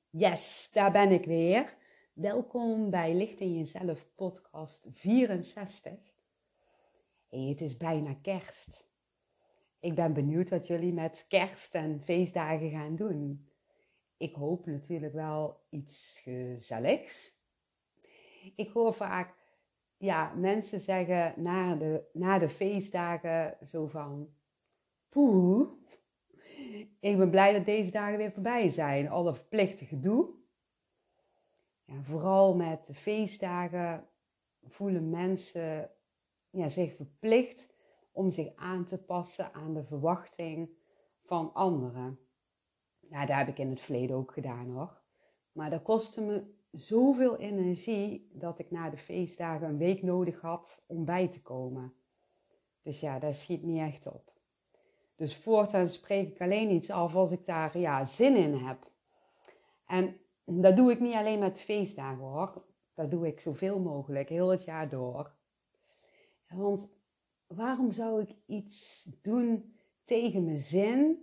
Yes, daar ben ik weer. Welkom bij Licht in Jezelf podcast 64. Hey, het is bijna kerst. Ik ben benieuwd wat jullie met kerst en feestdagen gaan doen. Ik hoop natuurlijk wel iets gezelligs. Ik hoor vaak mensen zeggen na de feestdagen zo van... Poeh, ik ben blij dat deze dagen weer voorbij zijn. Alle verplichte gedoe. Ja, vooral met de feestdagen voelen mensen zich verplicht om zich aan te passen aan de verwachting van anderen. Nou, dat heb ik in het verleden ook gedaan hoor. Maar dat kostte me zoveel energie dat ik na de feestdagen een week nodig had om bij te komen. Dus ja, dat schiet niet echt op. Dus voortaan spreek ik alleen iets af als ik daar zin in heb. En dat doe ik niet alleen met feestdagen hoor. Dat doe ik zoveel mogelijk, heel het jaar door. Want waarom zou ik iets doen tegen mijn zin,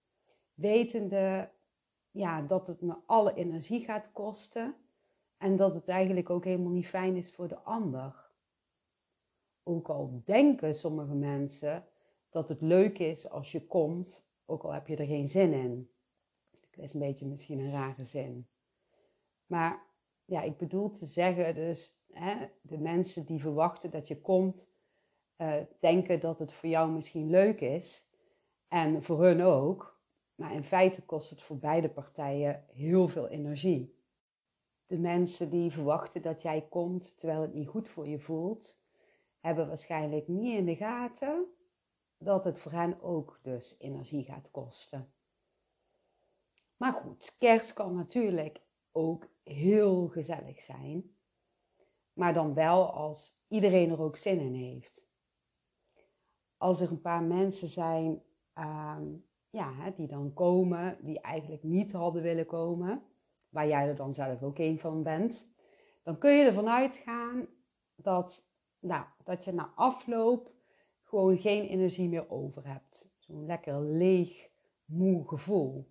wetende dat het me alle energie gaat kosten en dat het eigenlijk ook helemaal niet fijn is voor de ander. Ook al denken sommige mensen dat het leuk is als je komt, ook al heb je er geen zin in. Dat is een beetje misschien een rare zin. Maar ja, ik bedoel te zeggen dus, de mensen die verwachten dat je komt, denken dat het voor jou misschien leuk is. En voor hun ook. Maar in feite kost het voor beide partijen heel veel energie. De mensen die verwachten dat jij komt terwijl het niet goed voor je voelt, hebben waarschijnlijk niet in de gaten dat het voor hen ook dus energie gaat kosten. Maar goed, kerst kan natuurlijk ook heel gezellig zijn. Maar dan wel als iedereen er ook zin in heeft. Als er een paar mensen zijn die dan komen, die eigenlijk niet hadden willen komen, waar jij er dan zelf ook een van bent, dan kun je ervan uitgaan dat je na afloop gewoon geen energie meer over hebt. Zo'n lekker leeg, moe gevoel.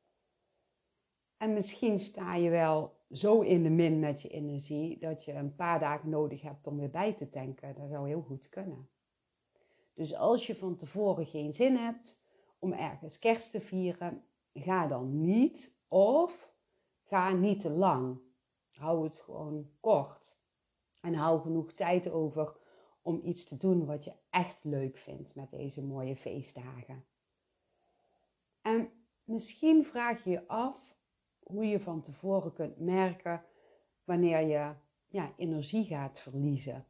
En misschien sta je wel zo in de min met je energie dat je een paar dagen nodig hebt om weer bij te tanken. Dat zou heel goed kunnen. Dus als je van tevoren geen zin hebt om ergens kerst te vieren, ga dan niet of ga niet te lang. Hou het gewoon kort. En hou genoeg tijd over om iets te doen wat je echt leuk vindt met deze mooie feestdagen. En misschien vraag je je af hoe je van tevoren kunt merken wanneer je energie gaat verliezen.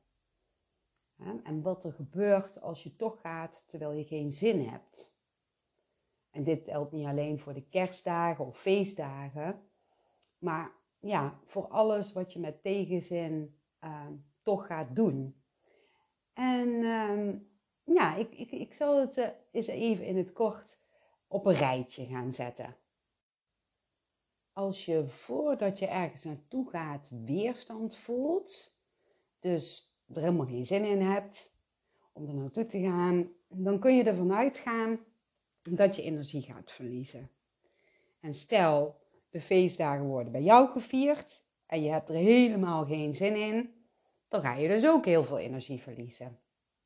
En wat er gebeurt als je toch gaat terwijl je geen zin hebt. En dit geldt niet alleen voor de kerstdagen of feestdagen, maar voor alles wat je met tegenzin toch gaat doen. En ik zal het eens even in het kort op een rijtje gaan zetten. Als je voordat je ergens naartoe gaat weerstand voelt, dus er helemaal geen zin in hebt om er naartoe te gaan, dan kun je ervan uitgaan dat je energie gaat verliezen. En stel, de feestdagen worden bij jou gevierd en je hebt er helemaal geen zin in, dan ga je dus ook heel veel energie verliezen.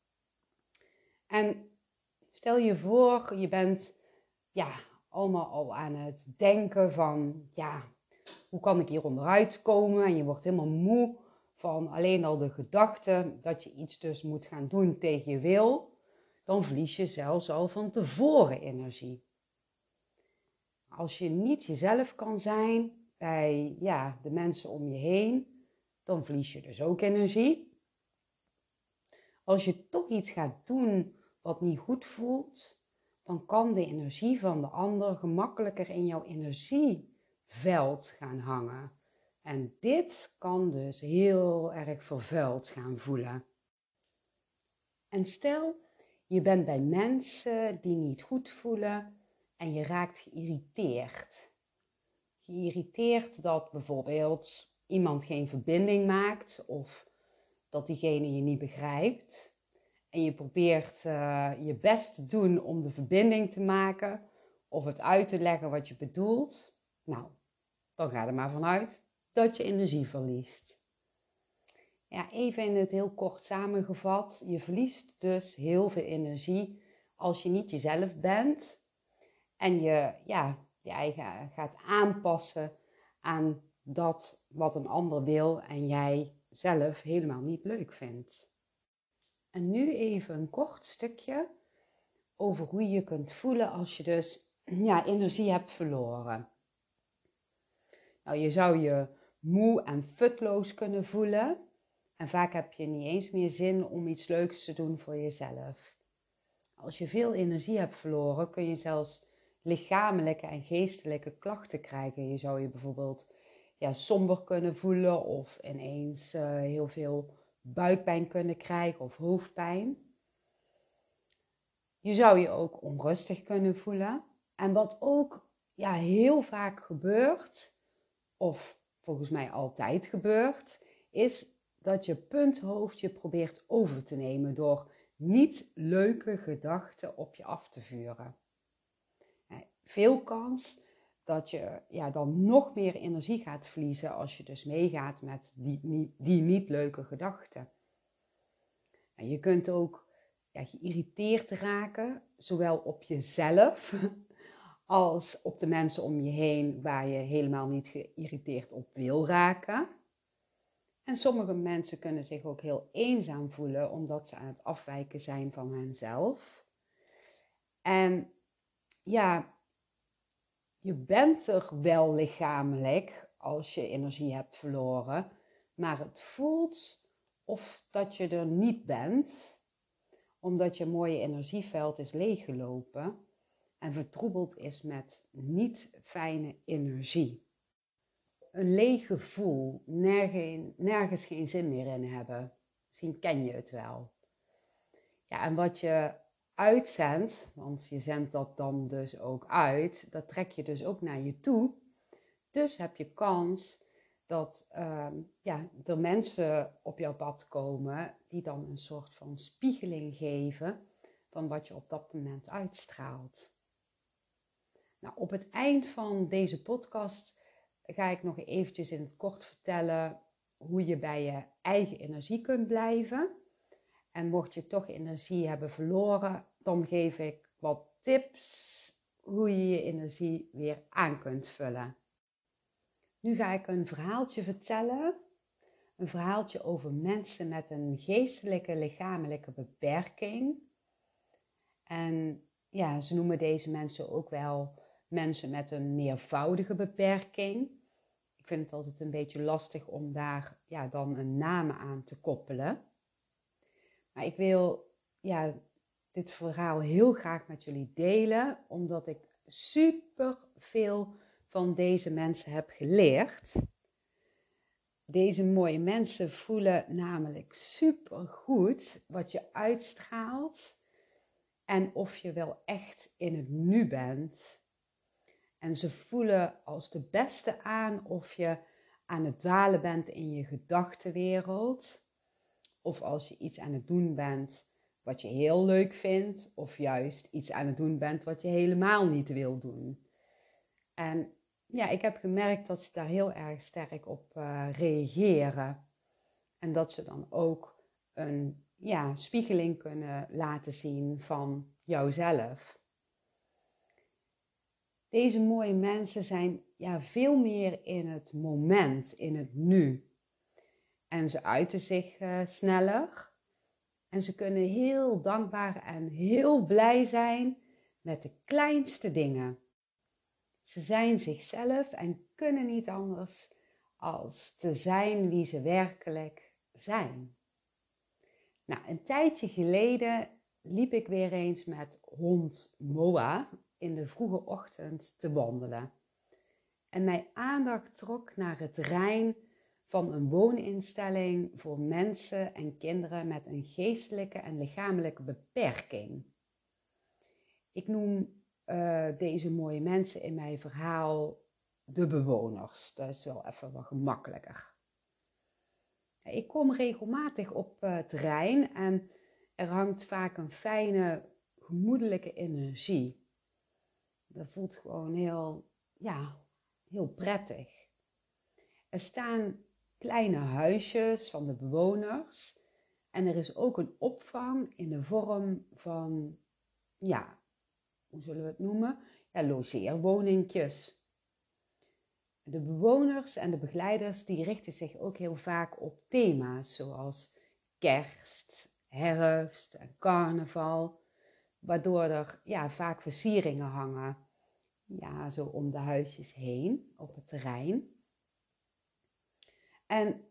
En stel je voor, je bent allemaal al aan het denken van, hoe kan ik hier onderuit komen? En je wordt helemaal moe van alleen al de gedachte dat je iets dus moet gaan doen tegen je wil. Dan verlies je zelfs al van tevoren energie. Als je niet jezelf kan zijn bij de mensen om je heen, dan verlies je dus ook energie. Als je toch iets gaat doen wat niet goed voelt, dan kan de energie van de ander gemakkelijker in jouw energieveld gaan hangen. En dit kan dus heel erg vervuild gaan voelen. En stel, je bent bij mensen die niet goed voelen en je raakt geïrriteerd. Geïrriteerd dat bijvoorbeeld iemand geen verbinding maakt of dat diegene je niet begrijpt. En je probeert je best te doen om de verbinding te maken of het uit te leggen wat je bedoelt. Nou, dan ga er maar vanuit dat je energie verliest. Ja, even in het heel kort samengevat. Je verliest dus heel veel energie als je niet jezelf bent. En je eigen gaat aanpassen aan dat wat een ander wil en jij zelf helemaal niet leuk vindt. En nu even een kort stukje over hoe je kunt voelen als je dus energie hebt verloren. Nou, je zou je moe en futloos kunnen voelen. En vaak heb je niet eens meer zin om iets leuks te doen voor jezelf. Als je veel energie hebt verloren, kun je zelfs lichamelijke en geestelijke klachten krijgen. Je zou je bijvoorbeeld somber kunnen voelen of ineens heel veel buikpijn kunnen krijgen of hoofdpijn. Je zou je ook onrustig kunnen voelen. En wat ook heel vaak gebeurt, of volgens mij altijd gebeurt, is dat je punthoofd je probeert over te nemen door niet leuke gedachten op je af te vuren. Veel kans dat je dan nog meer energie gaat verliezen als je dus meegaat met die niet leuke gedachten. En je kunt ook geïrriteerd raken, zowel op jezelf als op de mensen om je heen waar je helemaal niet geïrriteerd op wil raken. En sommige mensen kunnen zich ook heel eenzaam voelen omdat ze aan het afwijken zijn van henzelf. En je bent er wel lichamelijk als je energie hebt verloren, maar het voelt of dat je er niet bent, omdat je mooie energieveld is leeggelopen en vertroebeld is met niet fijne energie. Een leeg gevoel, nergens geen zin meer in hebben. Misschien ken je het wel. Ja, en wat je uitzendt, want je zendt dat dan dus ook uit, dat trek je dus ook naar je toe. Dus heb je kans dat er mensen op jouw pad komen die dan een soort van spiegeling geven van wat je op dat moment uitstraalt. Nou, op het eind van deze podcast ga ik nog eventjes in het kort vertellen hoe je bij je eigen energie kunt blijven. En mocht je toch energie hebben verloren, dan geef ik wat tips hoe je je energie weer aan kunt vullen. Nu ga ik een verhaaltje vertellen. Een verhaaltje over mensen met een geestelijke, lichamelijke beperking. En ze noemen deze mensen ook wel mensen met een meervoudige beperking. Ik vind het altijd een beetje lastig om daar dan een naam aan te koppelen. Maar ik wil dit verhaal heel graag met jullie delen, omdat ik super veel van deze mensen heb geleerd. Deze mooie mensen voelen namelijk super goed wat je uitstraalt en of je wel echt in het nu bent. En ze voelen als de beste aan of je aan het dwalen bent in je gedachtenwereld. Of als je iets aan het doen bent wat je heel leuk vindt. Of juist iets aan het doen bent wat je helemaal niet wil doen. En ik heb gemerkt dat ze daar heel erg sterk op reageren. En dat ze dan ook een spiegeling kunnen laten zien van jouzelf. Deze mooie mensen zijn veel meer in het moment, in het nu. En ze uiten zich sneller. En ze kunnen heel dankbaar en heel blij zijn met de kleinste dingen. Ze zijn zichzelf en kunnen niet anders als te zijn wie ze werkelijk zijn. Nou, een tijdje geleden liep ik weer eens met hond Moa in de vroege ochtend te wandelen. En mijn aandacht trok naar het terrein van een wooninstelling voor mensen en kinderen met een geestelijke en lichamelijke beperking. Ik noem deze mooie mensen in mijn verhaal de bewoners. Dat is wel even wat gemakkelijker. Ik kom regelmatig op het terrein en er hangt vaak een fijne, gemoedelijke energie. Dat voelt gewoon heel prettig. Er staan kleine huisjes van de bewoners. En er is ook een opvang in de vorm van, ja, hoe zullen we het noemen? Ja, logeerwoningjes. De bewoners en de begeleiders die richten zich ook heel vaak op thema's zoals kerst, herfst en carnaval. Waardoor er vaak versieringen hangen, zo om de huisjes heen op het terrein. En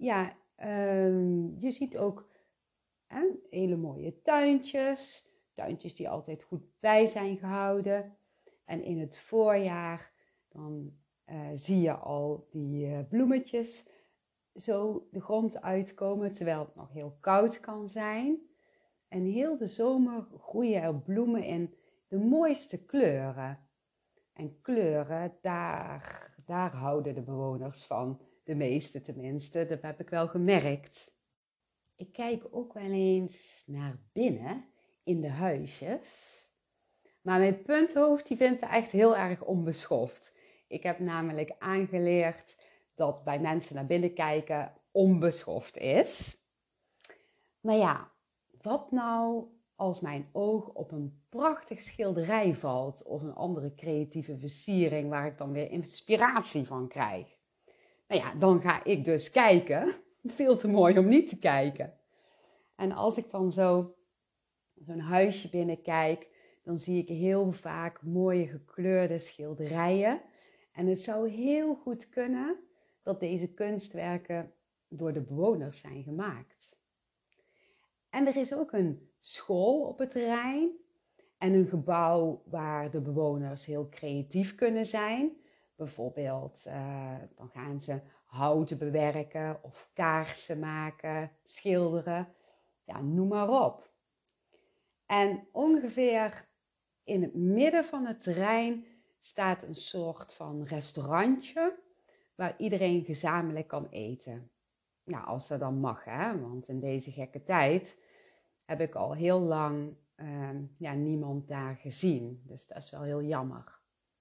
je ziet ook hele mooie tuintjes die altijd goed bij zijn gehouden. En in het voorjaar dan zie je al die bloemetjes zo de grond uitkomen, terwijl het nog heel koud kan zijn. En heel de zomer groeien er bloemen in de mooiste kleuren. En kleuren, daar houden de bewoners van. De meeste tenminste, dat heb ik wel gemerkt. Ik kijk ook wel eens naar binnen in de huisjes. Maar mijn punthoofd die vindt het echt heel erg onbeschoft. Ik heb namelijk aangeleerd dat bij mensen naar binnen kijken onbeschoft is. Maar ja, wat nou als mijn oog op een prachtig schilderij valt of een andere creatieve versiering waar ik dan weer inspiratie van krijg? Nou ja, dan ga ik dus kijken. Veel te mooi om niet te kijken. En als ik dan zo'n huisje binnenkijk, dan zie ik heel vaak mooie gekleurde schilderijen. En het zou heel goed kunnen dat deze kunstwerken door de bewoners zijn gemaakt. En er is ook een school op het terrein en een gebouw waar de bewoners heel creatief kunnen zijn. Bijvoorbeeld, dan gaan ze houten bewerken of kaarsen maken, schilderen. Ja, noem maar op. En ongeveer in het midden van het terrein staat een soort van restaurantje waar iedereen gezamenlijk kan eten. Nou, als dat dan mag, hè? Want in deze gekke tijd heb ik al heel lang niemand daar gezien. Dus dat is wel heel jammer.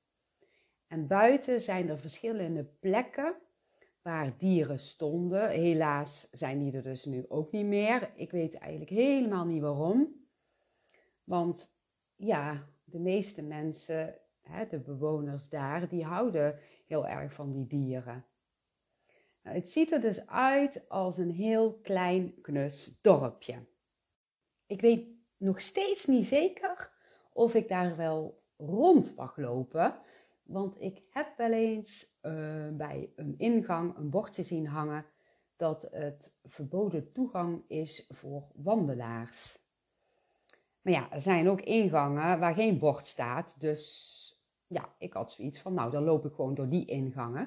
En buiten zijn er verschillende plekken waar dieren stonden. Helaas zijn die er dus nu ook niet meer. Ik weet eigenlijk helemaal niet waarom. Want ja, de meeste mensen, de bewoners daar, die houden heel erg van die dieren. Nou, het ziet er dus uit als een heel klein knus dorpje. Ik weet nog steeds niet zeker of ik daar wel rond mag lopen. Want ik heb wel eens bij een ingang een bordje zien hangen dat het verboden toegang is voor wandelaars. Maar ja, er zijn ook ingangen waar geen bord staat. Dus ja, ik had zoiets van, nou dan loop ik gewoon door die ingangen.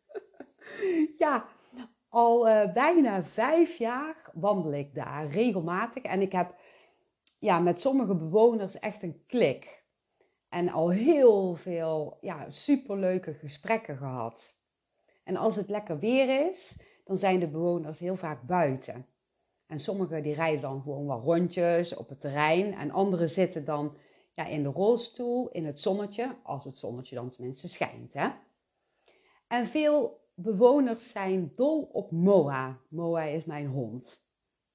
Ja, al bijna 5 jaar wandel ik daar regelmatig. En ik heb met sommige bewoners echt een klik. En al heel veel superleuke gesprekken gehad. En als het lekker weer is, dan zijn de bewoners heel vaak buiten. En sommigen die rijden dan gewoon wel rondjes op het terrein. En anderen zitten dan in de rolstoel in het zonnetje. Als het zonnetje dan tenminste schijnt. Hè? En veel bewoners zijn dol op Moa. Moa is mijn hond.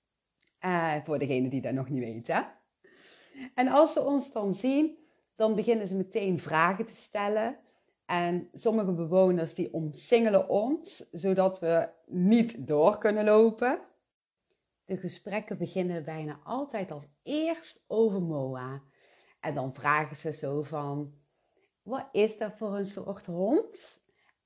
Voor degenen die dat nog niet weten. En als ze ons dan zien, dan beginnen ze meteen vragen te stellen. En sommige bewoners die omsingelen ons, zodat we niet door kunnen lopen. De gesprekken beginnen bijna altijd als eerst over Moa. En dan vragen ze zo van, wat is dat voor een soort hond?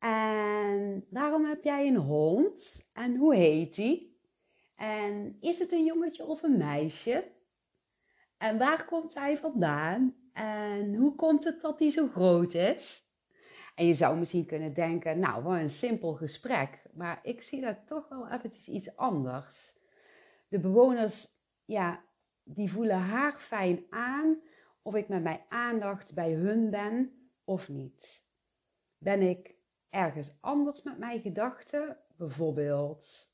En waarom heb jij een hond? En hoe heet die? En is het een jongetje of een meisje? En waar komt hij vandaan? En hoe komt het dat hij zo groot is? En je zou misschien kunnen denken, nou, wat een simpel gesprek. Maar ik zie dat toch wel eventjes iets anders. De bewoners, die voelen haarfijn aan of ik met mijn aandacht bij hun ben of niet. Ben ik ergens anders met mijn gedachten? Bijvoorbeeld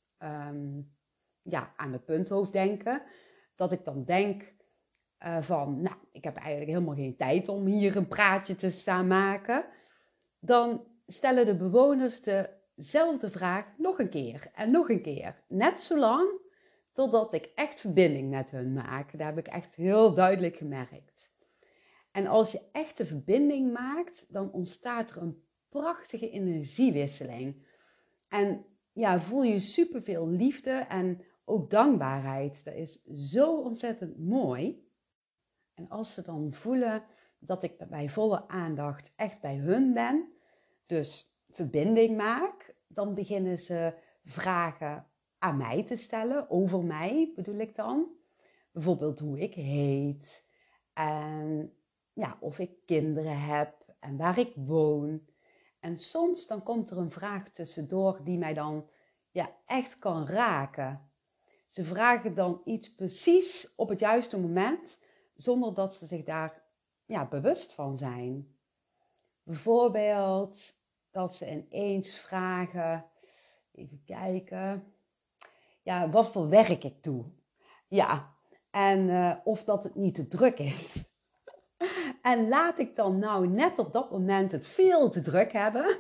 aan het punthoofd denken. Dat ik dan denk van, nou, ik heb eigenlijk helemaal geen tijd om hier een praatje te staan maken. Dan stellen de bewoners dezelfde vraag nog een keer en nog een keer. Net zolang totdat ik echt verbinding met hun maak. Dat heb ik echt heel duidelijk gemerkt. En als je echt de verbinding maakt, dan ontstaat er een prachtige energiewisseling. En ja, voel je superveel liefde en ook dankbaarheid. Dat is zo ontzettend mooi. En als ze dan voelen dat ik bij volle aandacht echt bij hun ben, dus verbinding maak, dan beginnen ze vragen aan mij te stellen, over mij bedoel ik dan. Bijvoorbeeld hoe ik heet en ja, of ik kinderen heb en waar ik woon. En soms dan komt er een vraag tussendoor die mij dan ja, echt kan raken. Ze vragen dan iets precies op het juiste moment, zonder dat ze zich daar ja, bewust van zijn. Bijvoorbeeld dat ze ineens vragen, even kijken, ja, wat voor werk ik doe. Ja, en of dat het niet te druk is. En laat ik dan nou net op dat moment het veel te druk hebben.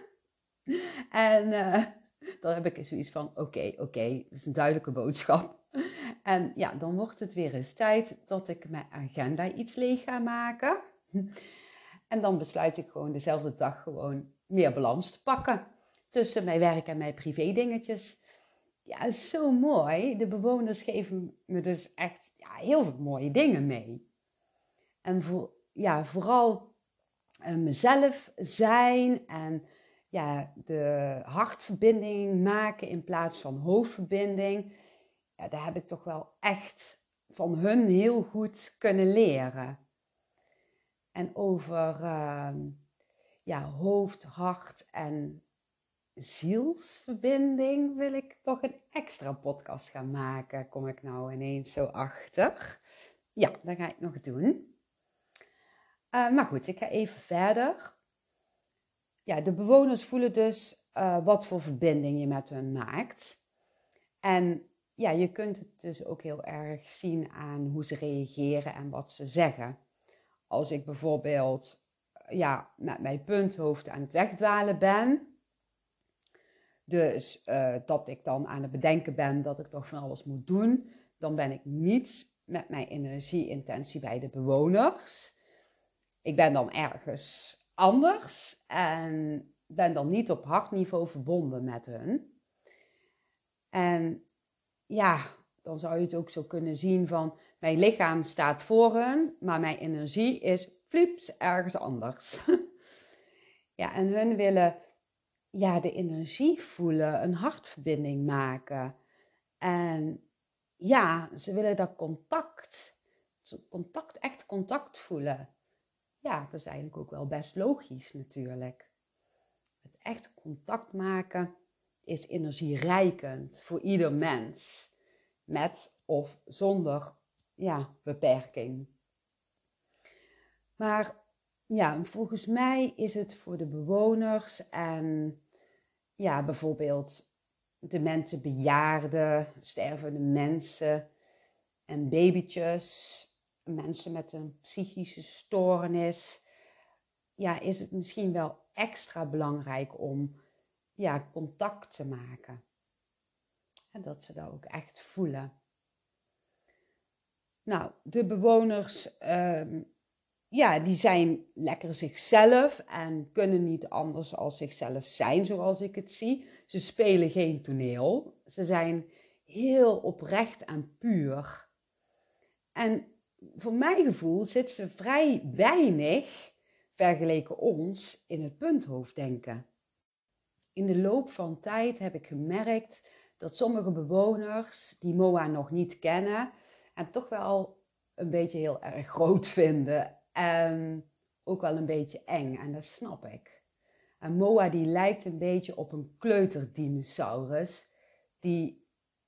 En dan heb ik zoiets van, oké, dat is een duidelijke boodschap. En ja, dan wordt het weer eens tijd dat ik mijn agenda iets leeg ga maken. En dan besluit ik gewoon dezelfde dag gewoon meer balans te pakken tussen mijn werk en mijn privé dingetjes. Ja, is zo mooi. De bewoners geven me dus echt ja, heel veel mooie dingen mee. En vooral mezelf zijn en ja, de hartverbinding maken in plaats van hoofdverbinding. Ja, daar heb ik toch wel echt van hun heel goed kunnen leren. En over hoofd, hart en zielsverbinding wil ik toch een extra podcast gaan maken. Kom ik nou ineens zo achter. Ja, dat ga ik nog doen. Maar goed, ik ga even verder. Ja, de bewoners voelen dus wat voor verbinding je met hen maakt. En ja, je kunt het dus ook heel erg zien aan hoe ze reageren en wat ze zeggen. Als ik bijvoorbeeld met mijn punthoofd aan het wegdwalen ben. Dus dat ik dan aan het bedenken ben dat ik nog van alles moet doen. Dan ben ik niet met mijn energie-intentie bij de bewoners. Ik ben dan ergens anders en ben dan niet op hartniveau verbonden met hun. En ja, dan zou je het ook zo kunnen zien van mijn lichaam staat voor hun, maar mijn energie is flips ergens anders. Ja, en hun willen ja, de energie voelen, een hartverbinding maken. En ja, ze willen dat echt contact voelen. Ja, dat is eigenlijk ook wel best logisch natuurlijk. Het echt contact maken is energierijkend voor ieder mens. Met of zonder beperking. Maar ja, volgens mij is het voor de bewoners en ja, bijvoorbeeld de mensen, bejaarden, stervende mensen en babytjes, mensen met een psychische stoornis, ja, is het misschien wel extra belangrijk om contact te maken. En dat ze dat ook echt voelen. Nou, de bewoners, die zijn lekker zichzelf en kunnen niet anders dan zichzelf zijn, zoals ik het zie. Ze spelen geen toneel. Ze zijn heel oprecht en puur. En voor mijn gevoel zit ze vrij weinig, vergeleken ons, in het punthoofddenken. In de loop van tijd heb ik gemerkt dat sommige bewoners die Moa nog niet kennen en toch wel een beetje heel erg groot vinden en ook wel een beetje eng, en dat snap ik. En Moa die lijkt een beetje op een kleuterdinosaurus die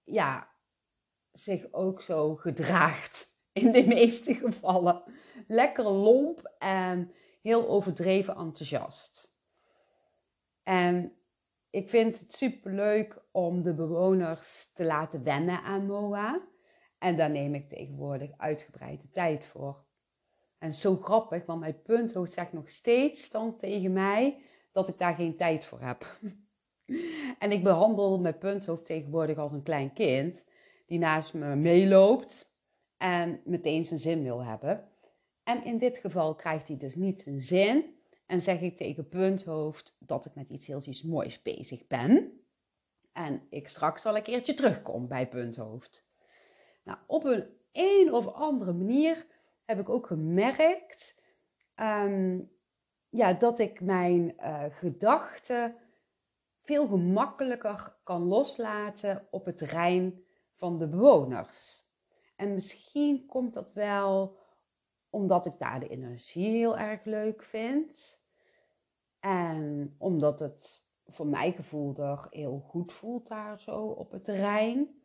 zich ook zo gedraagt in de meeste gevallen. Lekker lomp en heel overdreven enthousiast. En ik vind het superleuk om de bewoners te laten wennen aan Moa. En daar neem ik tegenwoordig uitgebreide tijd voor. En zo grappig, want mijn punthoofd zegt nog steeds dan tegen mij dat ik daar geen tijd voor heb. En ik behandel mijn punthoofd tegenwoordig als een klein kind die naast me meeloopt en meteen zijn zin wil hebben. En in dit geval krijgt hij dus niet zijn zin en zeg ik tegen punthoofd dat ik met iets heel moois bezig ben. En ik straks wel een keertje terugkom bij punthoofd. Nou, op een of andere manier heb ik ook gemerkt dat ik mijn gedachten veel gemakkelijker kan loslaten op het terrein van de bewoners. En misschien komt dat wel omdat ik daar de energie heel erg leuk vind. En omdat het voor mijn gevoel er heel goed voelt daar zo op het terrein.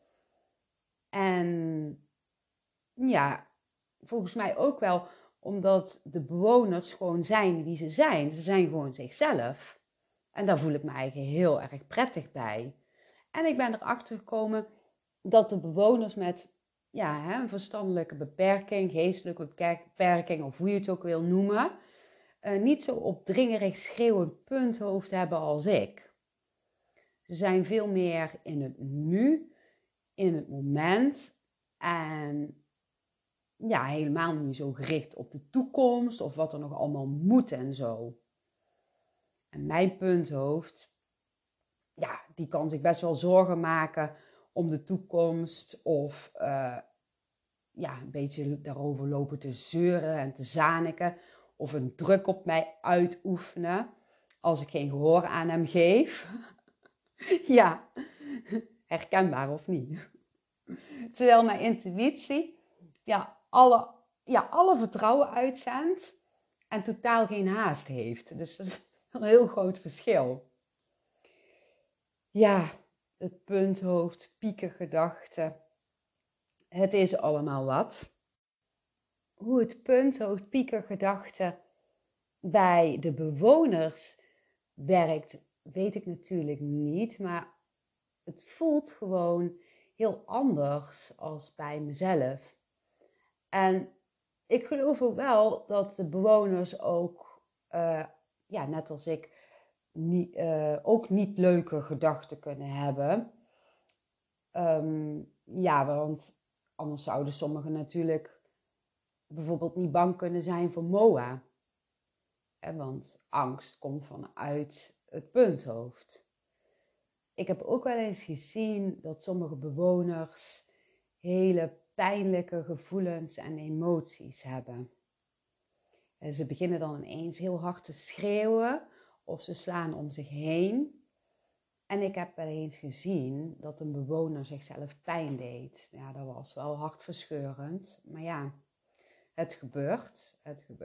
En ja, volgens mij ook wel omdat de bewoners gewoon zijn wie ze zijn. Ze zijn gewoon zichzelf. En daar voel ik me eigenlijk heel erg prettig bij. En ik ben erachter gekomen dat de bewoners met een verstandelijke beperking, geestelijke beperking of hoe je het ook wil noemen, niet zo opdringerig schreeuwend punthoofd hebben als ik. Ze zijn veel meer in het nu, in het moment en helemaal niet zo gericht op de toekomst of wat er nog allemaal moet en zo. En mijn punthoofd, die kan zich best wel zorgen maken om de toekomst of een beetje daarover lopen te zeuren en te zaniken of een druk op mij uitoefenen als ik geen gehoor aan hem geef. Ja, herkenbaar of niet? Terwijl mijn intuïtie alle vertrouwen uitzendt en totaal geen haast heeft. Dus dat is een heel groot verschil. Ja, het punthoofd, piekergedachten. Het is allemaal wat. Hoe het punthoofd, piekergedachten bij de bewoners werkt, weet ik natuurlijk niet. Maar het voelt gewoon heel anders als bij mezelf. En ik geloof ook wel dat de bewoners ook, net als ik, ook niet leuke gedachten kunnen hebben. Want anders zouden sommigen natuurlijk bijvoorbeeld niet bang kunnen zijn voor MOA. Want angst komt vanuit het punthoofd. Ik heb ook wel eens gezien dat sommige bewoners hele pijnlijke gevoelens en emoties hebben. Ze beginnen dan ineens heel hard te schreeuwen of ze slaan om zich heen. En ik heb wel eens gezien dat een bewoner zichzelf pijn deed. Ja, dat was wel hartverscheurend. Maar ja, het gebeurt.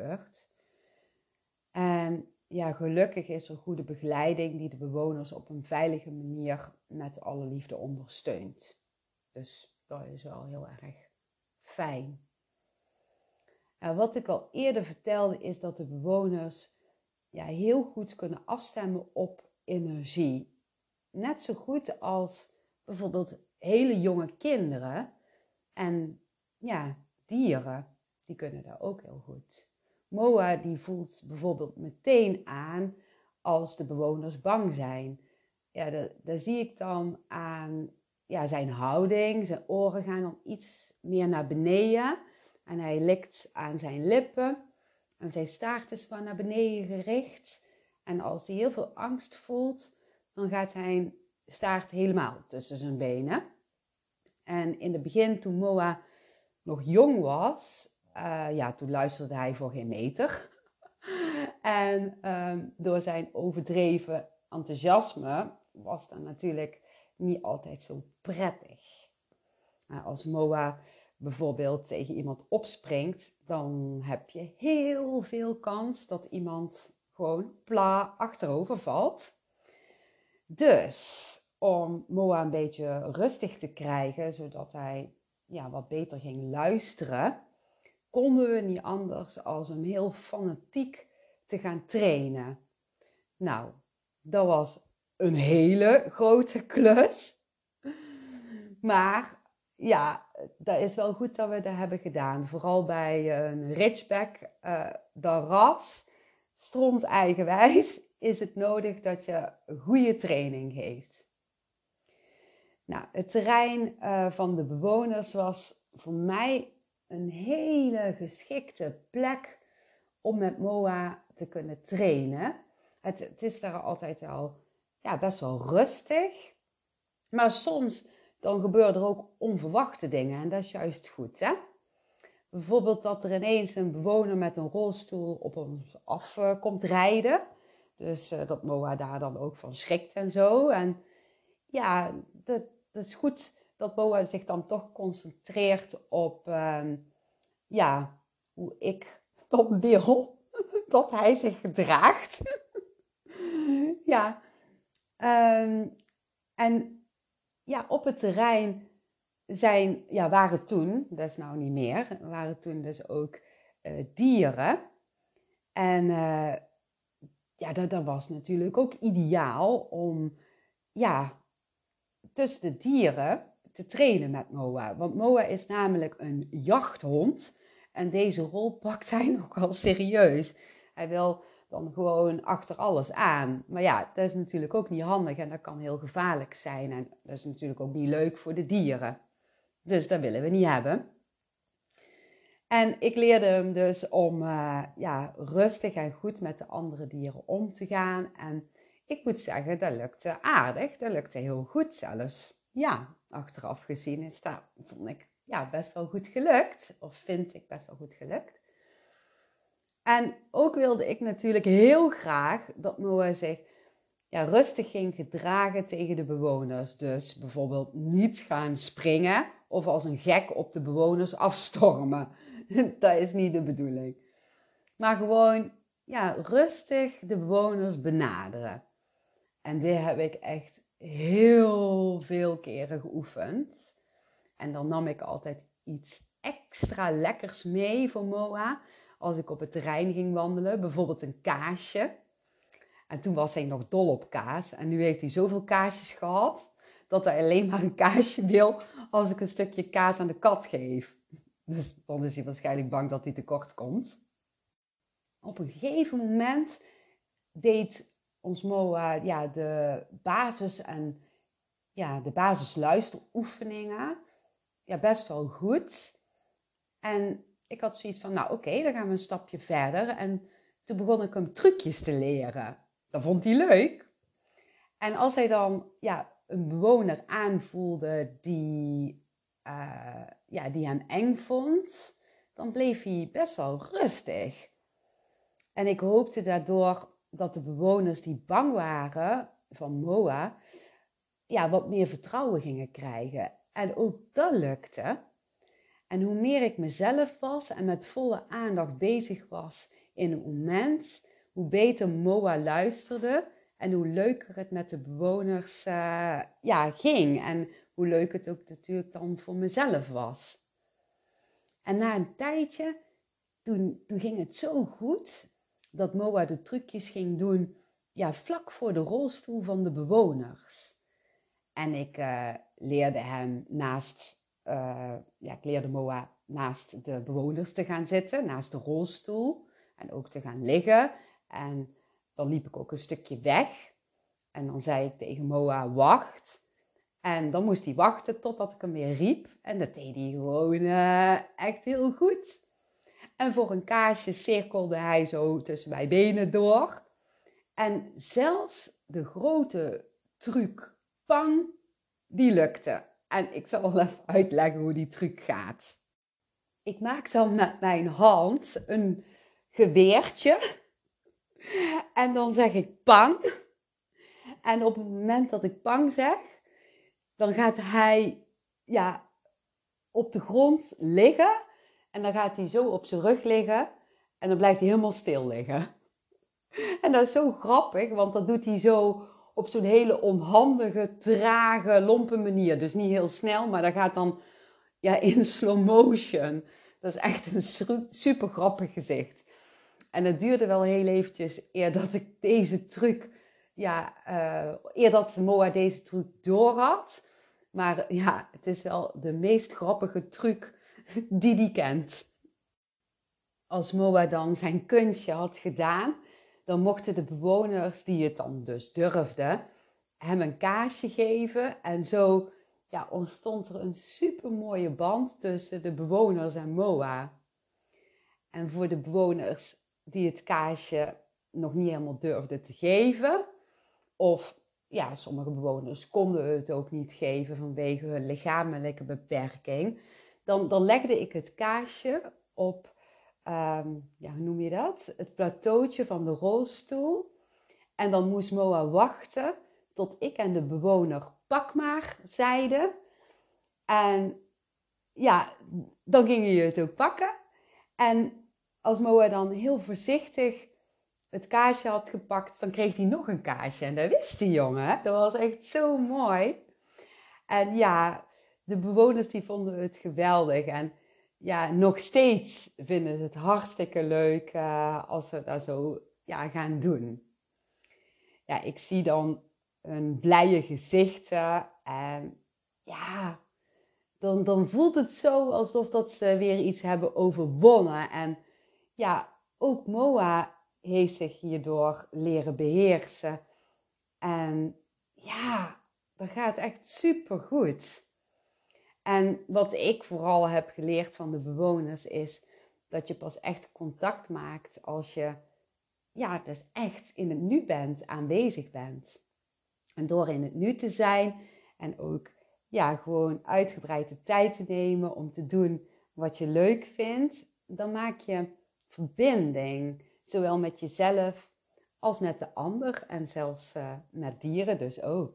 En ja, gelukkig is er goede begeleiding die de bewoners op een veilige manier met alle liefde ondersteunt. Dus dat is wel heel erg fijn. Wat ik al eerder vertelde is dat de bewoners heel goed kunnen afstemmen op energie. Net zo goed als bijvoorbeeld hele jonge kinderen en dieren, die kunnen dat ook heel goed. Moa die voelt bijvoorbeeld meteen aan als de bewoners bang zijn. Ja, dat zie ik dan aan zijn houding. Zijn oren gaan dan iets meer naar beneden. En hij likt aan zijn lippen. En zijn staart is van naar beneden gericht. En als hij heel veel angst voelt, dan gaat zijn staart helemaal tussen zijn benen. En in het begin, toen Moa nog jong was, toen luisterde hij voor geen meter. En door zijn overdreven enthousiasme was dat natuurlijk niet altijd zo prettig. Als Moa bijvoorbeeld tegen iemand opspringt, dan heb je heel veel kans dat iemand gewoon achterover valt. Dus om Moa een beetje rustig te krijgen, zodat hij wat beter ging luisteren, konden we niet anders als hem heel fanatiek te gaan trainen. Nou, dat was een hele grote klus. Maar dat is wel goed dat we dat hebben gedaan. Vooral bij een ridgeback, dat ras, stront eigenwijs, is het nodig dat je een goede training geeft. Nou, het terrein van de bewoners was voor mij een hele geschikte plek om met Moa te kunnen trainen. Het is daar altijd wel best wel rustig. Maar soms dan gebeuren er ook onverwachte dingen en dat is juist goed, hè? Bijvoorbeeld dat er ineens een bewoner met een rolstoel op ons af komt rijden. Dus dat Moa daar dan ook van schrikt en zo. En ja, dat is goed dat Moa zich dan toch concentreert op hoe ik dan wil dat hij zich gedraagt. Ja, en ja, op het terrein waren toen, dat is nou niet meer, waren toen dus ook dieren. En dat was natuurlijk ook ideaal om tussen de dieren te trainen met Moa. Want Moa is namelijk een jachthond en deze rol pakt hij nogal serieus. Hij wil dan gewoon achter alles aan. Maar ja, dat is natuurlijk ook niet handig en dat kan heel gevaarlijk zijn. En dat is natuurlijk ook niet leuk voor de dieren. Dus dat willen we niet hebben. En ik leerde hem dus om rustig en goed met de andere dieren om te gaan. En ik moet zeggen, dat lukte aardig. Dat lukte heel goed zelfs. Ja, achteraf gezien is dat, vond ik, best wel goed gelukt. Of vind ik best wel goed gelukt. En ook wilde ik natuurlijk heel graag dat Moa zich rustig ging gedragen tegen de bewoners. Dus bijvoorbeeld niet gaan springen of als een gek op de bewoners afstormen. Dat is niet de bedoeling. Maar gewoon rustig de bewoners benaderen. En dit heb ik echt heel veel keren geoefend. En dan nam ik altijd iets extra lekkers mee voor Moa als ik op het terrein ging wandelen. Bijvoorbeeld een kaasje. En toen was hij nog dol op kaas. En nu heeft hij zoveel kaasjes gehad dat hij alleen maar een kaasje wil als ik een stukje kaas aan de kat geef. Dus dan is hij waarschijnlijk bang dat hij tekort komt. Op een gegeven moment deed ons Moa de basis en de basisluisteroefeningen best wel goed. En ik had zoiets van, nou oké, dan gaan we een stapje verder. En toen begon ik hem trucjes te leren. Dat vond hij leuk. En als hij dan een bewoner aanvoelde die hem eng vond, dan bleef hij best wel rustig. En ik hoopte daardoor dat de bewoners die bang waren van Moa, wat meer vertrouwen gingen krijgen. En ook dat lukte. En hoe meer ik mezelf was en met volle aandacht bezig was in het moment, hoe beter Moa luisterde en hoe leuker het met de bewoners ging. En hoe leuk het ook natuurlijk dan voor mezelf was. En na een tijdje, toen ging het zo goed dat Moa de trucjes ging doen vlak voor de rolstoel van de bewoners. En ik leerde hem ik leerde Moa naast de bewoners te gaan zitten, naast de rolstoel. En ook te gaan liggen. En dan liep ik ook een stukje weg. En dan zei ik tegen Moa, wacht. En dan moest hij wachten totdat ik hem weer riep. En dat deed hij gewoon echt heel goed. En voor een kaasje cirkelde hij zo tussen mijn benen door. En zelfs de grote truc, pang, die lukte. En ik zal wel even uitleggen hoe die truc gaat. Ik maak dan met mijn hand een geweertje. En dan zeg ik pang. En op het moment dat ik pang zeg, dan gaat hij op de grond liggen. En dan gaat hij zo op zijn rug liggen. En dan blijft hij helemaal stil liggen. En dat is zo grappig, want dat doet hij zo op zo'n hele onhandige, trage, lompe manier. Dus niet heel snel, maar dat gaat dan in slow motion. Dat is echt een super grappig gezicht. En het duurde wel heel eventjes eer dat ik deze truc, eer dat Moa deze truc door had. Maar het is wel de meest grappige truc die hij kent. Als Moa dan zijn kunstje had gedaan, dan mochten de bewoners die het dan dus durfden, hem een kaasje geven. En zo ja, ontstond er een super mooie band tussen de bewoners en Moa. En voor de bewoners die het kaasje nog niet helemaal durfden te geven, of ja, sommige bewoners konden het ook niet geven vanwege hun lichamelijke beperking, dan legde ik het kaasje op, ja, hoe noem je dat? Het plateautje van de rolstoel. En dan moest Moa wachten tot ik en de bewoner pak maar zeiden. En ja, dan ging je het ook pakken. En als Moa dan heel voorzichtig het kaasje had gepakt, dan kreeg hij nog een kaasje. En dat wist die jongen. Dat was echt zo mooi. En ja, de bewoners die vonden het geweldig. En ja, nog steeds vinden ze het hartstikke leuk als we dat zo gaan doen. Ja, ik zie dan een blije gezichten en ja, dan voelt het zo alsof dat ze weer iets hebben overwonnen. En ja, ook Moa heeft zich hierdoor leren beheersen. En ja, dat gaat echt super goed. En wat ik vooral heb geleerd van de bewoners is dat je pas echt contact maakt als je dus echt in het nu bent, aanwezig bent. En door in het nu te zijn en ook gewoon uitgebreid de tijd te nemen om te doen wat je leuk vindt, dan maak je verbinding, zowel met jezelf als met de ander en zelfs met dieren dus ook.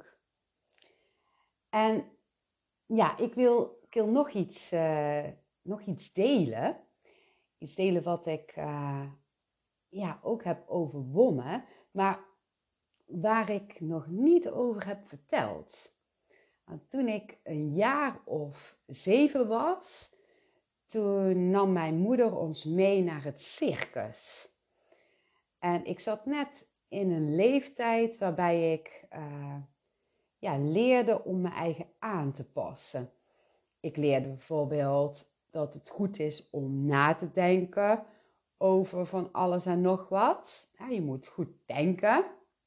En ja, ik wil nog iets delen. Iets delen wat ik ook heb overwonnen, maar waar ik nog niet over heb verteld. Want toen ik een jaar of 7 was, toen nam mijn moeder ons mee naar het circus. En ik zat net in een leeftijd waarbij ik leerde om me eigen aan te passen. Ik leerde bijvoorbeeld dat het goed is om na te denken over van alles en nog wat. Ja, je moet goed denken.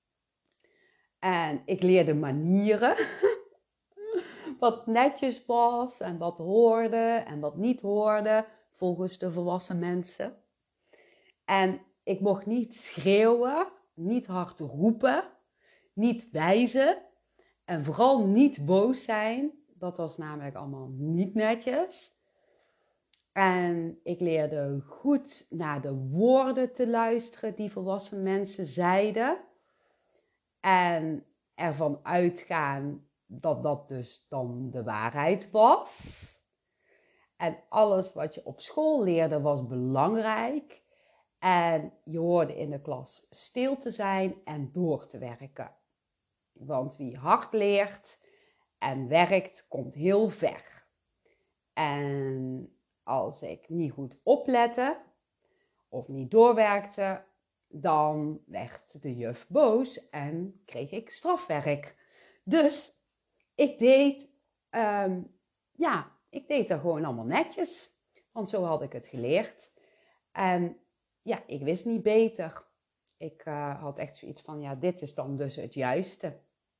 En ik leerde manieren. Wat netjes was en wat hoorde en wat niet hoorde volgens de volwassen mensen. En ik mocht niet schreeuwen, niet hard roepen, niet wijzen en vooral niet boos zijn. Dat was namelijk allemaal niet netjes. En ik leerde goed naar de woorden te luisteren die volwassen mensen zeiden. En ervan uitgaan dat dat dus dan de waarheid was. En alles wat je op school leerde was belangrijk. En je hoorde in de klas stil te zijn en door te werken. Want wie hard leert en werkt, komt heel ver. En als ik niet goed oplette of niet doorwerkte, dan werd de juf boos en kreeg ik strafwerk. Dus ik deed, ik deed dat gewoon allemaal netjes. Want zo had ik het geleerd. En ja, ik wist niet beter. Ik had echt zoiets van, dit is dan dus het juiste.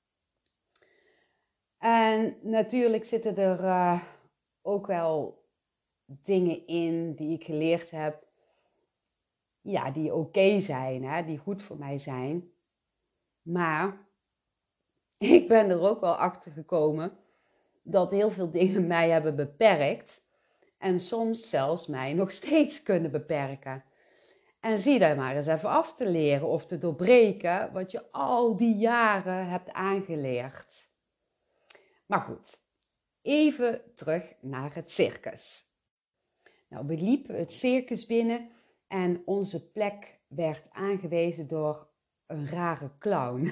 En natuurlijk zitten er ook wel dingen in die ik geleerd heb. Ja, die oké zijn, hè, die goed voor mij zijn. Maar ik ben er ook wel achter gekomen dat heel veel dingen mij hebben beperkt. En soms zelfs mij nog steeds kunnen beperken. En zie daar maar eens even af te leren of te doorbreken wat je al die jaren hebt aangeleerd. Maar goed, even terug naar het circus. Nou, we liepen het circus binnen en onze plek werd aangewezen door een rare clown.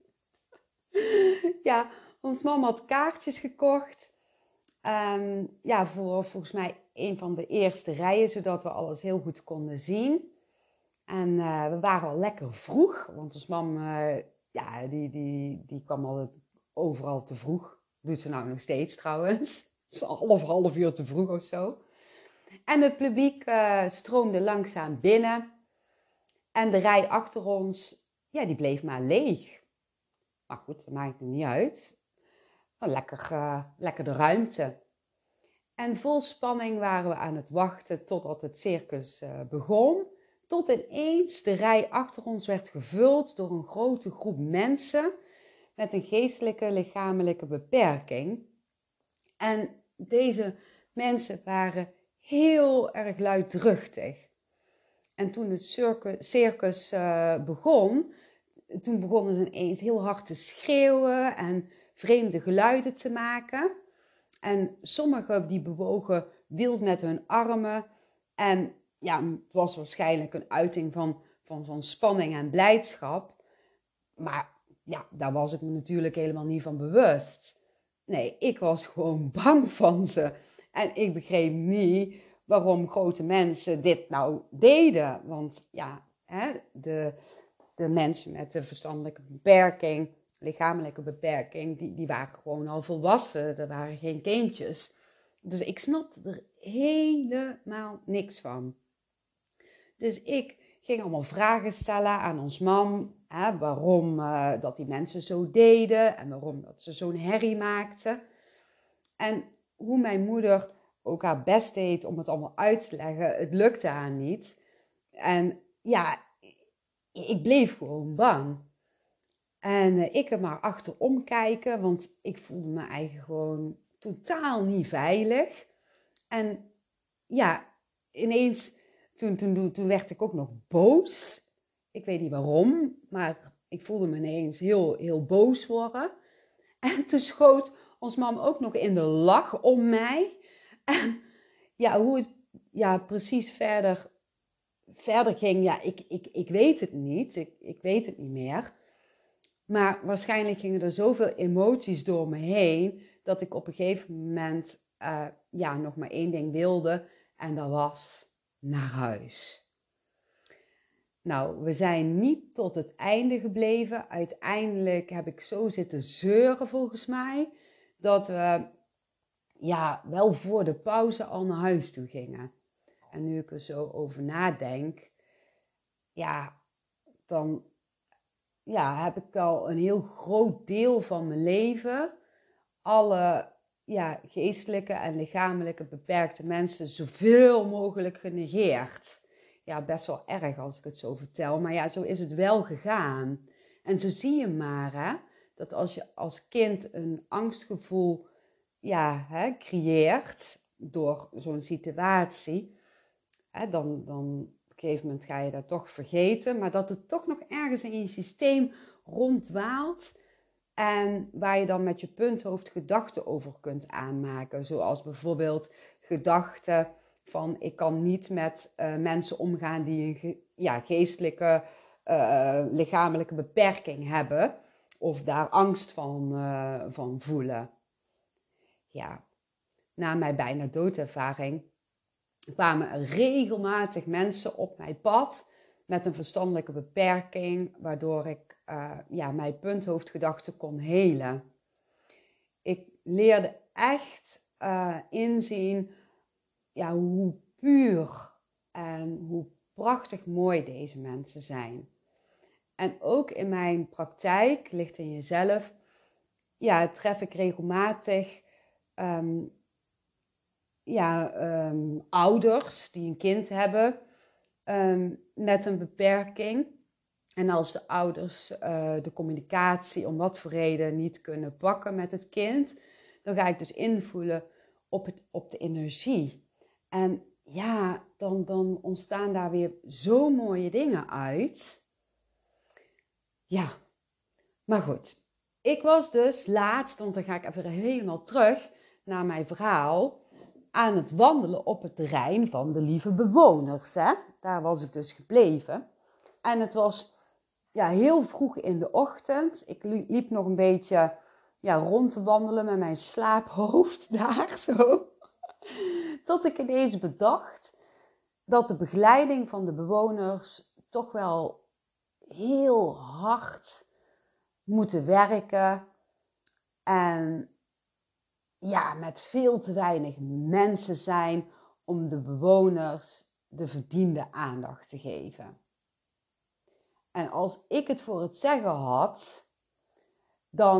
Ja, ons mam had kaartjes gekocht. Voor volgens mij een van de eerste rijen, zodat we alles heel goed konden zien. En we waren al lekker vroeg, want ons mam, die kwam altijd overal te vroeg. Doet ze nou nog steeds trouwens. Het is half uur te vroeg of zo. En het publiek stroomde langzaam binnen. En de rij achter ons, die bleef maar leeg. Maar goed, dat maakt het niet uit. lekker de ruimte. En vol spanning waren we aan het wachten totdat het circus begon. Tot ineens de rij achter ons werd gevuld door een grote groep mensen met een geestelijke, lichamelijke beperking. En deze mensen waren heel erg luidruchtig. En toen het circus begon, toen begonnen ze ineens heel hard te schreeuwen en vreemde geluiden te maken. En sommigen die bewogen wild met hun armen. En ja, het was waarschijnlijk een uiting van spanning en blijdschap. Maar ja, daar was ik me natuurlijk helemaal niet van bewust. Nee, ik was gewoon bang van ze. En ik begreep niet waarom grote mensen dit nou deden. Want ja, de mensen met de verstandelijke beperking, lichamelijke beperking, die waren gewoon al volwassen. Er waren geen kindjes. Dus ik snapte er helemaal niks van. Dus ik ging allemaal vragen stellen aan ons mam. Waarom dat die mensen zo deden en waarom dat ze zo'n herrie maakten. En hoe mijn moeder ook haar best deed om het allemaal uit te leggen, het lukte haar niet. En ja, ik bleef gewoon bang. En ik er maar achterom kijken, want ik voelde me eigenlijk gewoon totaal niet veilig. En ja, ineens, toen werd ik ook nog boos. Ik weet niet waarom, maar ik voelde me ineens heel boos worden. En toen schoot ons mam ook nog in de lach om mij. En ja, hoe het precies verder ging, ja, ik weet het niet. Ik weet het niet meer. Maar waarschijnlijk gingen er zoveel emoties door me heen, dat ik op een gegeven moment nog maar één ding wilde. En dat was naar huis. Nou, we zijn niet tot het einde gebleven. Uiteindelijk heb ik zo zitten zeuren volgens mij, dat we wel voor de pauze al naar huis toe gingen. En nu ik er zo over nadenk, dan heb ik al een heel groot deel van mijn leven alle geestelijke en lichamelijke beperkte mensen zoveel mogelijk genegeerd. Ja, best wel erg als ik het zo vertel, maar ja, zo is het wel gegaan. En zo zie je maar, hè, dat als je als kind een angstgevoel creëert door zo'n situatie, dan op een gegeven moment ga je dat toch vergeten, maar dat het toch nog ergens in je systeem ronddwaalt en waar je dan met je punthoofd gedachten over kunt aanmaken. Zoals bijvoorbeeld gedachten van ik kan niet met mensen omgaan die een geestelijke, lichamelijke beperking hebben of daar angst van voelen. Ja, na mijn bijna doodervaring kwamen er regelmatig mensen op mijn pad met een verstandelijke beperking, waardoor ik mijn punthoofdgedachten kon helen. Ik leerde echt inzien hoe puur en hoe prachtig mooi deze mensen zijn. En ook in mijn praktijk, Licht in Jezelf, tref ik regelmatig ouders die een kind hebben met een beperking. En als de ouders de communicatie om wat voor reden niet kunnen pakken met het kind, dan ga ik dus invoelen op de energie. En ja, dan ontstaan daar weer zo mooie dingen uit. Ja, maar goed. Ik was dus laatst, want dan ga ik even helemaal terug naar mijn verhaal, aan het wandelen op het terrein van de lieve bewoners. Hè? Daar was ik dus gebleven. En het was heel vroeg in de ochtend. Ik liep nog een beetje rond te wandelen met mijn slaaphoofd daar zo. Tot ik ineens bedacht dat de begeleiding van de bewoners toch wel heel hard moeten werken. En met veel te weinig mensen zijn om de bewoners de verdiende aandacht te geven. En als ik het voor het zeggen had, dan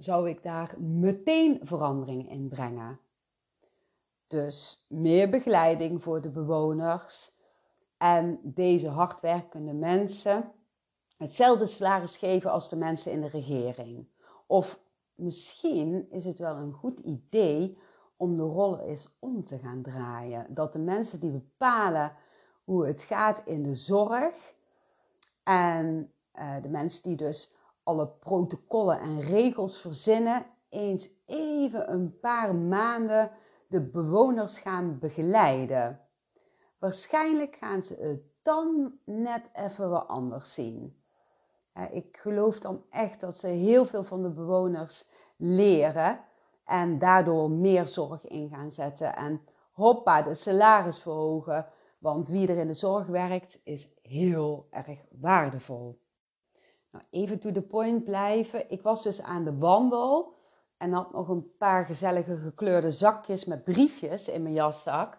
zou ik daar meteen verandering in brengen. Dus meer begeleiding voor de bewoners en deze hardwerkende mensen hetzelfde salaris geven als de mensen in de regering. Of misschien is het wel een goed idee om de rollen eens om te gaan draaien. Dat de mensen die bepalen hoe het gaat in de zorg en de mensen die dus alle protocollen en regels verzinnen, eens even een paar maanden de bewoners gaan begeleiden. Waarschijnlijk gaan ze het dan net even wat anders zien. Ik geloof dan echt dat ze heel veel van de bewoners leren en daardoor meer zorg in gaan zetten. En hoppa, de salaris verhogen, want wie er in de zorg werkt is heel erg waardevol. Nou, even to the point blijven. Ik was dus aan de wandel en had nog een paar gezellige gekleurde zakjes met briefjes in mijn jaszak.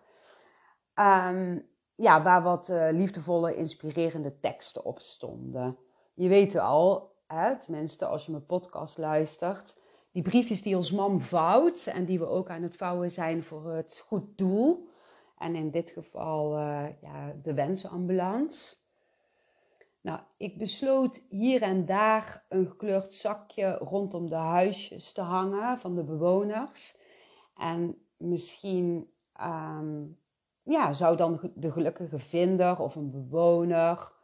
Waar wat liefdevolle, inspirerende teksten op stonden. Je weet het al, tenminste als je mijn podcast luistert, die briefjes die ons mam vouwt en die we ook aan het vouwen zijn voor het goed doel. En in dit geval de wensenambulance. Nou, ik besloot hier en daar een gekleurd zakje rondom de huisjes te hangen van de bewoners. En misschien zou dan de gelukkige vinder of een bewoner,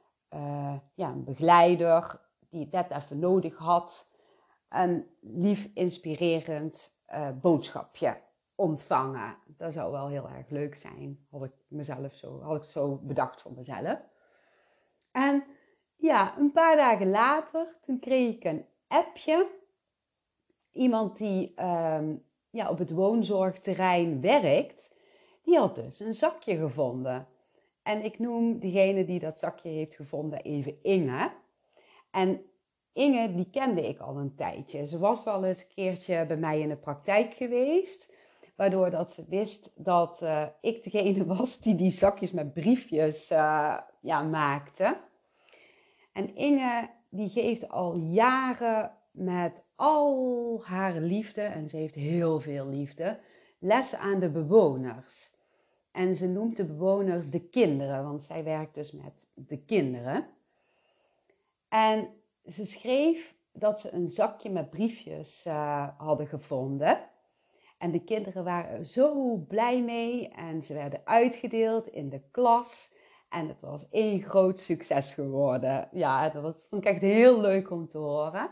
een begeleider die het net even nodig had, een lief inspirerend boodschapje ontvangen. Dat zou wel heel erg leuk zijn, had ik zo bedacht voor mezelf. En ja, een paar dagen later, toen kreeg ik een appje. Iemand die op het woonzorgterrein werkt, die had dus een zakje gevonden. En ik noem degene die dat zakje heeft gevonden even Inge. En Inge, die kende ik al een tijdje. Ze was wel eens een keertje bij mij in de praktijk geweest. Waardoor dat ze wist dat ik degene was die zakjes met briefjes maakte. En Inge, die geeft al jaren met al haar liefde, en ze heeft heel veel liefde, lessen aan de bewoners. En ze noemt de bewoners de kinderen, want zij werkt dus met de kinderen. En ze schreef dat ze een zakje met briefjes hadden gevonden. En de kinderen waren zo blij mee en ze werden uitgedeeld in de klas. En het was één groot succes geworden. Ja, dat vond ik echt heel leuk om te horen.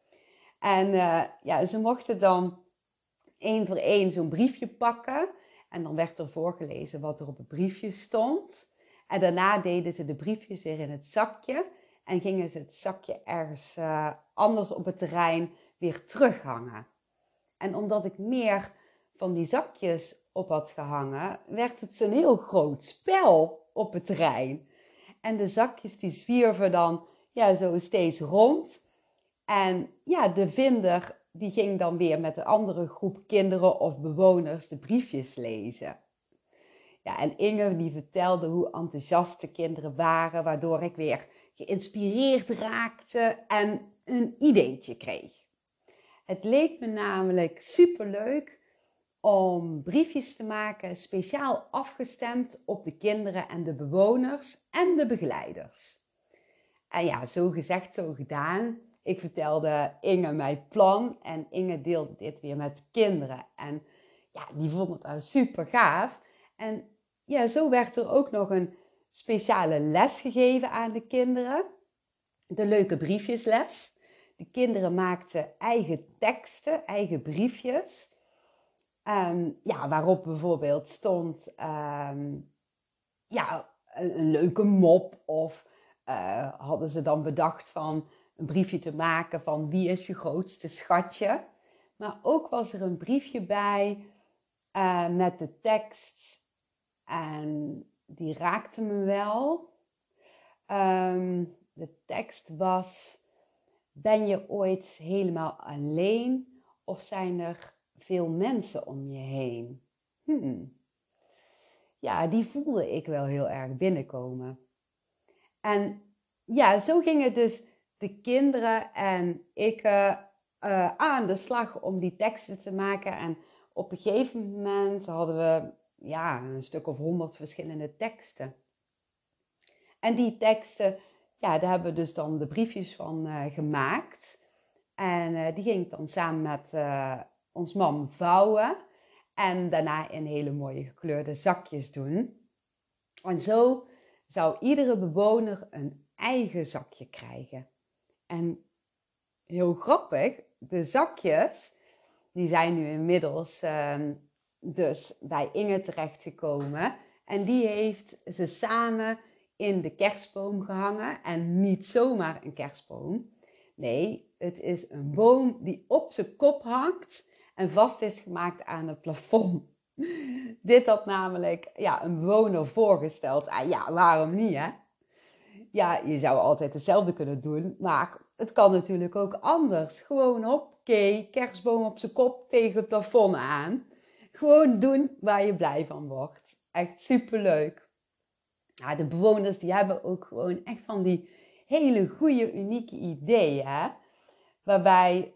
En ze mochten dan één voor één zo'n briefje pakken. En dan werd er voorgelezen wat er op het briefje stond. En daarna deden ze de briefjes weer in het zakje. En gingen ze het zakje ergens anders op het terrein weer terughangen. En omdat ik meer van die zakjes op had gehangen, werd het zo'n heel groot spel op het terrein. En de zakjes die zwierven dan zo steeds rond. En de vinder die ging dan weer met een andere groep kinderen of bewoners de briefjes lezen. Ja, en Inge die vertelde hoe enthousiast de kinderen waren, waardoor ik weer geïnspireerd raakte en een ideetje kreeg. Het leek me namelijk superleuk om briefjes te maken, speciaal afgestemd op de kinderen en de bewoners en de begeleiders. En ja, zo gezegd, zo gedaan. Ik vertelde Inge mijn plan en Inge deelde dit weer met de kinderen. En ja, die vonden het super gaaf. En ja, zo werd er ook nog een speciale les gegeven aan de kinderen. De leuke briefjesles. De kinderen maakten eigen teksten, eigen briefjes. Waarop bijvoorbeeld stond een leuke mop. Of hadden ze dan bedacht van een briefje te maken van wie is je grootste schatje. Maar ook was er een briefje bij met de tekst. En die raakte me wel. De tekst was: ben je ooit helemaal alleen of zijn er veel mensen om je heen? Ja, die voelde ik wel heel erg binnenkomen. En ja, zo gingen dus de kinderen en ik aan de slag om die teksten te maken. En op een gegeven moment hadden we een stuk of 100 verschillende teksten. En die teksten, daar hebben we dus dan de briefjes van gemaakt. En die ging ik dan samen met ons man vouwen. En daarna in hele mooie gekleurde zakjes doen. En zo zou iedere bewoner een eigen zakje krijgen. En heel grappig, de zakjes, die zijn nu inmiddels dus bij Inge terechtgekomen. En die heeft ze samen in de kerstboom gehangen. En niet zomaar een kerstboom. Nee, het is een boom die op zijn kop hangt en vast is gemaakt aan het plafond. Dit had namelijk een bewoner voorgesteld. En waarom niet, hè? Ja, je zou altijd hetzelfde kunnen doen, maar het kan natuurlijk ook anders. Gewoon hoppakee, kerstboom op zijn kop tegen het plafond aan. Gewoon doen waar je blij van wordt. Echt superleuk. Ja, de bewoners die hebben ook gewoon echt van die hele goede, unieke ideeën. Hè? Waarbij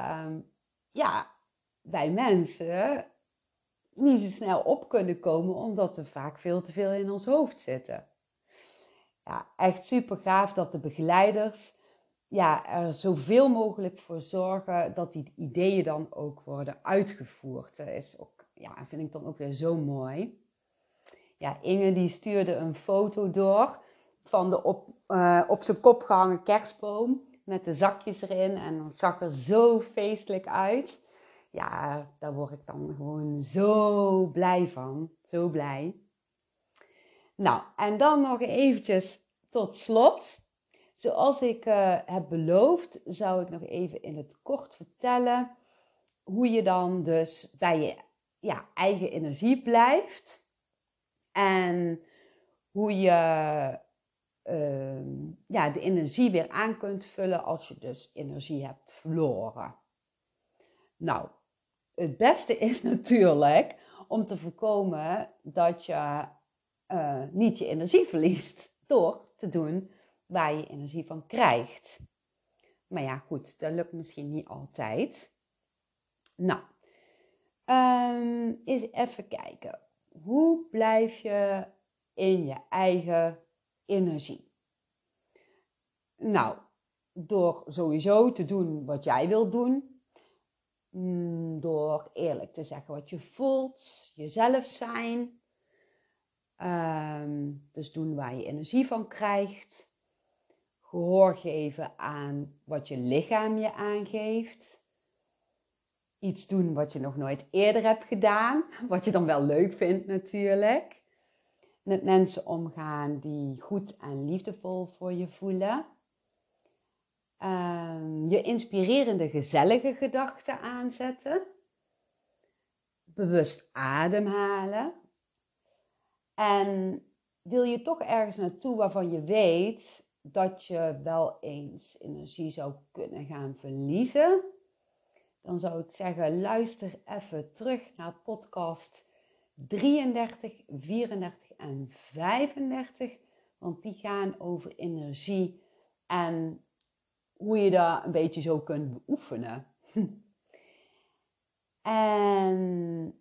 wij mensen niet zo snel op kunnen komen, omdat we vaak veel te veel in ons hoofd zitten. Ja, echt super gaaf dat de begeleiders er zoveel mogelijk voor zorgen dat die ideeën dan ook worden uitgevoerd. Dat is ook, vind ik dan ook weer zo mooi. Ja, Inge die stuurde een foto door van de op zijn kop gehangen kerstboom met de zakjes erin. En dat zag er zo feestelijk uit. Ja, daar word ik dan gewoon zo blij van. Zo blij. Nou, en dan nog eventjes tot slot. Zoals ik heb beloofd, zou ik nog even in het kort vertellen hoe je dan dus bij je eigen energie blijft. En hoe je de energie weer aan kunt vullen als je dus energie hebt verloren. Nou, het beste is natuurlijk om te voorkomen dat je niet je energie verliest door te doen waar je energie van krijgt. Maar ja, goed, dat lukt misschien niet altijd. Nou, eens even kijken. Hoe blijf je in je eigen energie? Nou, door sowieso te doen wat jij wilt doen. Door eerlijk te zeggen wat je voelt, jezelf zijn. Dus doen waar je energie van krijgt. Gehoor geven aan wat je lichaam je aangeeft. Iets doen wat je nog nooit eerder hebt gedaan. Wat je dan wel leuk vindt natuurlijk. Met mensen omgaan die goed en liefdevol voor je voelen. Je inspirerende, gezellige gedachten aanzetten. Bewust ademhalen. En wil je toch ergens naartoe waarvan je weet dat je wel eens energie zou kunnen gaan verliezen, dan zou ik zeggen, luister even terug naar podcast 33, 34 en 35. Want die gaan over energie en hoe je dat een beetje zo kunt beoefenen. En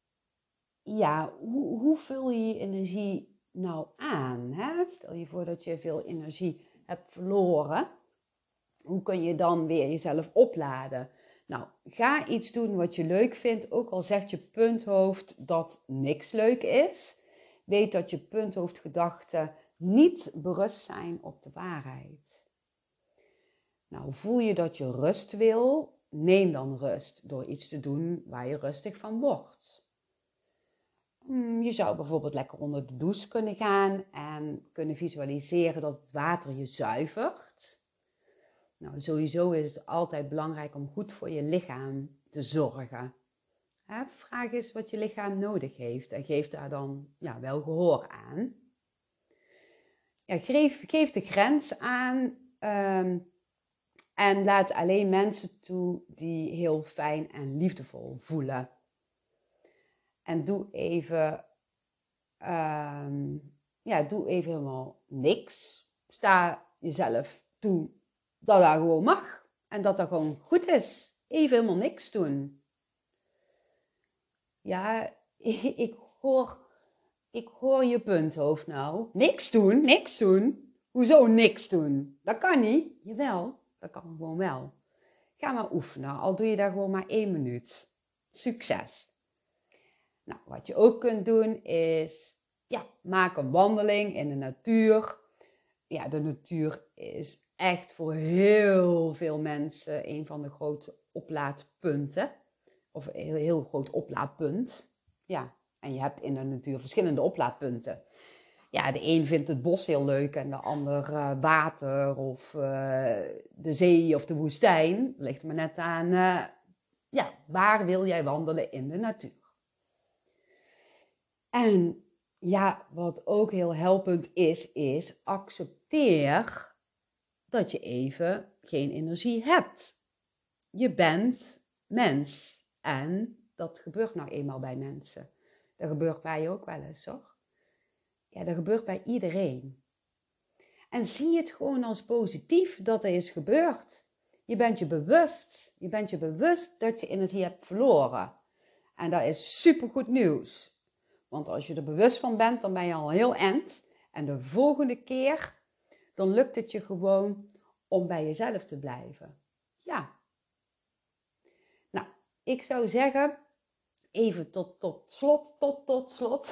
hoe vul je je energie nou aan? Hè? Stel je voor dat je veel energie hebt verloren. Hoe kun je dan weer jezelf opladen? Nou, ga iets doen wat je leuk vindt, ook al zegt je punthoofd dat niks leuk is. Weet dat je punthoofdgedachten niet berust zijn op de waarheid. Nou, voel je dat je rust wil? Neem dan rust door iets te doen waar je rustig van wordt. Je zou bijvoorbeeld lekker onder de douche kunnen gaan en kunnen visualiseren dat het water je zuivert. Nou, sowieso is het altijd belangrijk om goed voor je lichaam te zorgen. Vraag eens wat je lichaam nodig heeft en geef daar dan wel gehoor aan. Ja, geef de grens aan en laat alleen mensen toe die heel fijn en liefdevol voelen. En doe even helemaal niks. Sta jezelf toe dat dat gewoon mag. En dat dat gewoon goed is. even helemaal niks doen. Ja, ik hoor je punt, hoofd nou. Niks doen, niks doen. Hoezo niks doen? Dat kan niet. Jawel, dat kan gewoon wel. Ga maar oefenen, al doe je daar gewoon maar 1 minuut. Succes! Nou, wat je ook kunt doen is, maak een wandeling in de natuur. Ja, de natuur is echt voor heel veel mensen een van de grote oplaadpunten. Of een heel groot oplaadpunt. Ja, en je hebt in de natuur verschillende oplaadpunten. Ja, de een vindt het bos heel leuk en de ander water of de zee of de woestijn. Ligt maar net aan, waar wil jij wandelen in de natuur? En ja, wat ook heel helpend is accepteer dat je even geen energie hebt. Je bent mens en dat gebeurt nou eenmaal bij mensen. Dat gebeurt bij je ook wel eens, hoor. Ja, dat gebeurt bij iedereen. En zie het gewoon als positief dat er is gebeurd. Je bent je bewust dat je energie hebt verloren. En dat is supergoed nieuws. Want als je er bewust van bent, dan ben je al heel eind. En de volgende keer, dan lukt het je gewoon om bij jezelf te blijven. Ja. Nou, ik zou zeggen, even tot slot.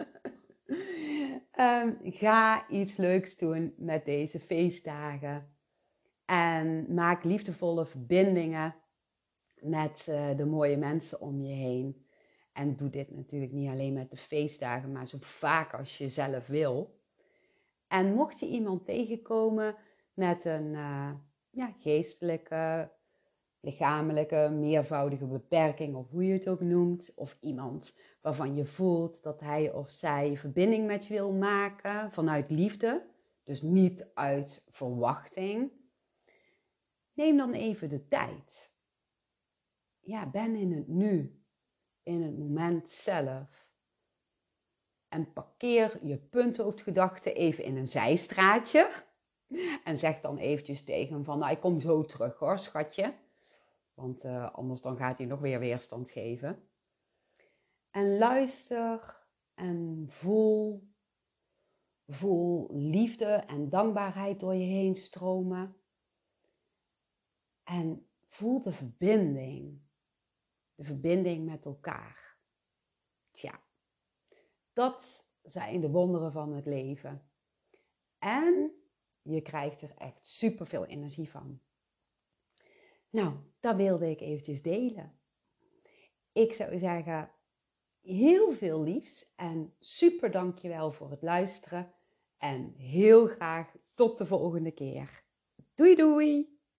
Ga iets leuks doen met deze feestdagen. En maak liefdevolle verbindingen met de mooie mensen om je heen. En doe dit natuurlijk niet alleen met de feestdagen, maar zo vaak als je zelf wil. En mocht je iemand tegenkomen met een geestelijke, lichamelijke, meervoudige beperking, of hoe je het ook noemt, of iemand waarvan je voelt dat hij of zij verbinding met je wil maken vanuit liefde, dus niet uit verwachting, neem dan even de tijd. Ja, ben in het nu, in het moment zelf. En parkeer je punthoofdgedachten even in een zijstraatje. En zeg dan eventjes tegen hem van, nou, ik kom zo terug hoor, schatje. Want anders dan gaat hij nog weer weerstand geven. En luister en voel liefde en dankbaarheid door je heen stromen. En voel de verbinding met elkaar. Tja, dat zijn de wonderen van het leven. En je krijgt er echt superveel energie van. Nou, dat wilde ik eventjes delen. Ik zou zeggen, heel veel liefs en super dankjewel voor het luisteren. En heel graag tot de volgende keer. Doei doei!